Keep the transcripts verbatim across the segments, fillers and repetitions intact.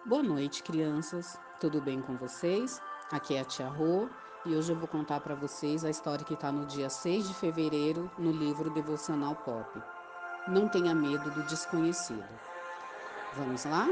Boa noite, crianças. Tudo bem com vocês? Aqui é a Tia Rô e hoje eu vou contar para vocês a história que está no dia seis de fevereiro no livro Devocional Pop. Não tenha medo do desconhecido. Vamos lá?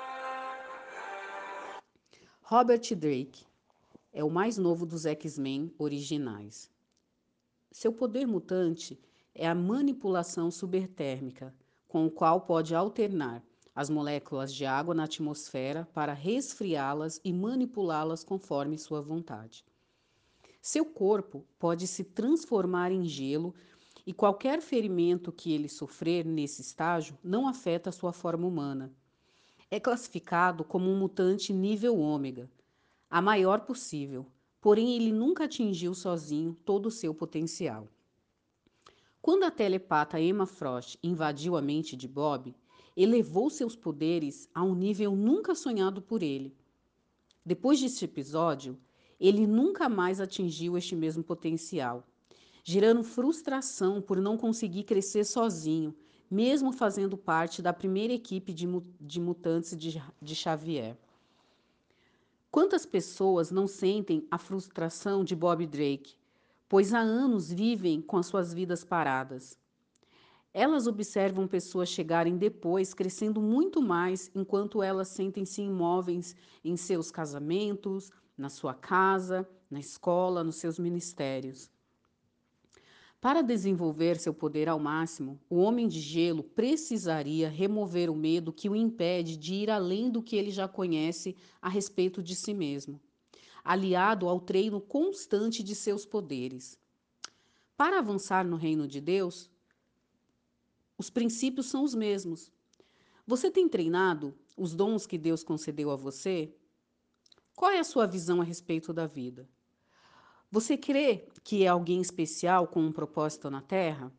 Robert Drake é o mais novo dos X-Men originais. Seu poder mutante é a manipulação subertérmica, com o qual pode alternar as moléculas de água na atmosfera para resfriá-las e manipulá-las conforme sua vontade. Seu corpo pode se transformar em gelo e qualquer ferimento que ele sofrer nesse estágio não afeta sua forma humana. É classificado como um mutante nível ômega, a maior possível, porém ele nunca atingiu sozinho todo o seu potencial. Quando a telepata Emma Frost invadiu a mente de Bob, elevou seus poderes a um nível nunca sonhado por ele. Depois deste episódio, ele nunca mais atingiu este mesmo potencial, gerando frustração por não conseguir crescer sozinho, mesmo fazendo parte da primeira equipe de, mu de mutantes de, de Xavier. Quantas pessoas não sentem a frustração de Bob Drake, pois há anos vivem com as suas vidas paradas? Elas observam pessoas chegarem depois, crescendo muito mais, enquanto elas sentem-se imóveis em seus casamentos, na sua casa, na escola, nos seus ministérios. Para desenvolver seu poder ao máximo, o Homem de Gelo precisaria remover o medo que o impede de ir além do que ele já conhece a respeito de si mesmo, aliado ao treino constante de seus poderes. Para avançar no reino de Deus, os princípios são os mesmos. Você tem treinado os dons que Deus concedeu a você? Qual é a sua visão a respeito da vida? Você crê que é alguém especial com um propósito na Terra?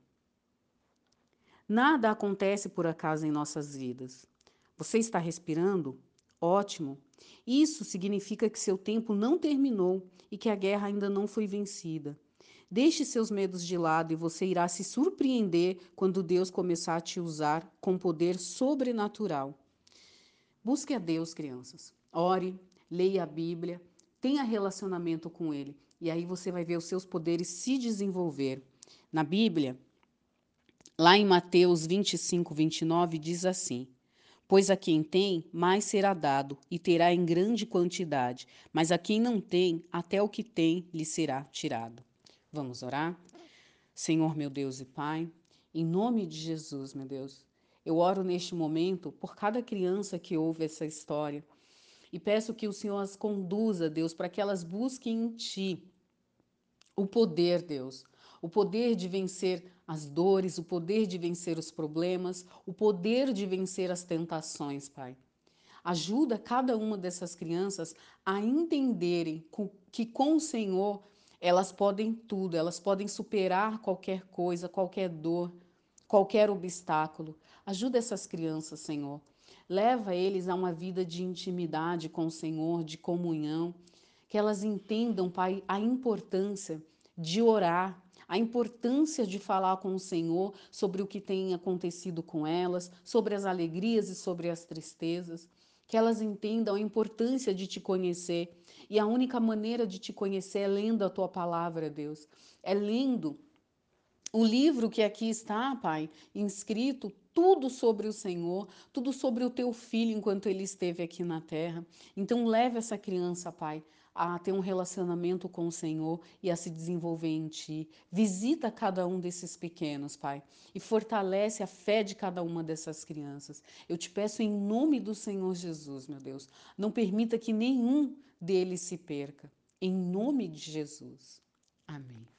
Nada acontece por acaso em nossas vidas. Você está respirando? Ótimo! Isso significa que seu tempo não terminou e que a guerra ainda não foi vencida. Deixe seus medos de lado e você irá se surpreender quando Deus começar a te usar com poder sobrenatural. Busque a Deus, crianças. Ore, leia a Bíblia, tenha relacionamento com Ele. E aí você vai ver os seus poderes se desenvolver. Na Bíblia, lá em Mateus vinte e cinco, vinte e nove, diz assim: Pois a quem tem, mais será dado, e terá em grande quantidade. Mas a quem não tem, até o que tem lhe será tirado. Vamos orar? Senhor, meu Deus e Pai, em nome de Jesus, meu Deus, eu oro neste momento por cada criança que ouve essa história e peço que o Senhor as conduza, Deus, para que elas busquem em Ti o poder, Deus, o poder de vencer as dores, o poder de vencer os problemas, o poder de vencer as tentações, Pai. Ajuda cada uma dessas crianças a entenderem que com o Senhor elas podem tudo, elas podem superar qualquer coisa, qualquer dor, qualquer obstáculo. Ajuda essas crianças, Senhor. Leva eles a uma vida de intimidade com o Senhor, de comunhão, que elas entendam, Pai, a importância de orar, a importância de falar com o Senhor sobre o que tem acontecido com elas, sobre as alegrias e sobre as tristezas, que elas entendam a importância de te conhecer. E a única maneira de te conhecer é lendo a tua palavra, Deus. É lendo o livro que aqui está, Pai, inscrito, tudo sobre o Senhor, tudo sobre o teu filho enquanto ele esteve aqui na terra. Então, leve essa criança, Pai, a ter um relacionamento com o Senhor e a se desenvolver em Ti. Visita cada um desses pequenos, Pai, e fortalece a fé de cada uma dessas crianças. Eu te peço em nome do Senhor Jesus, meu Deus, não permita que nenhum deles se perca. Em nome de Jesus. Amém.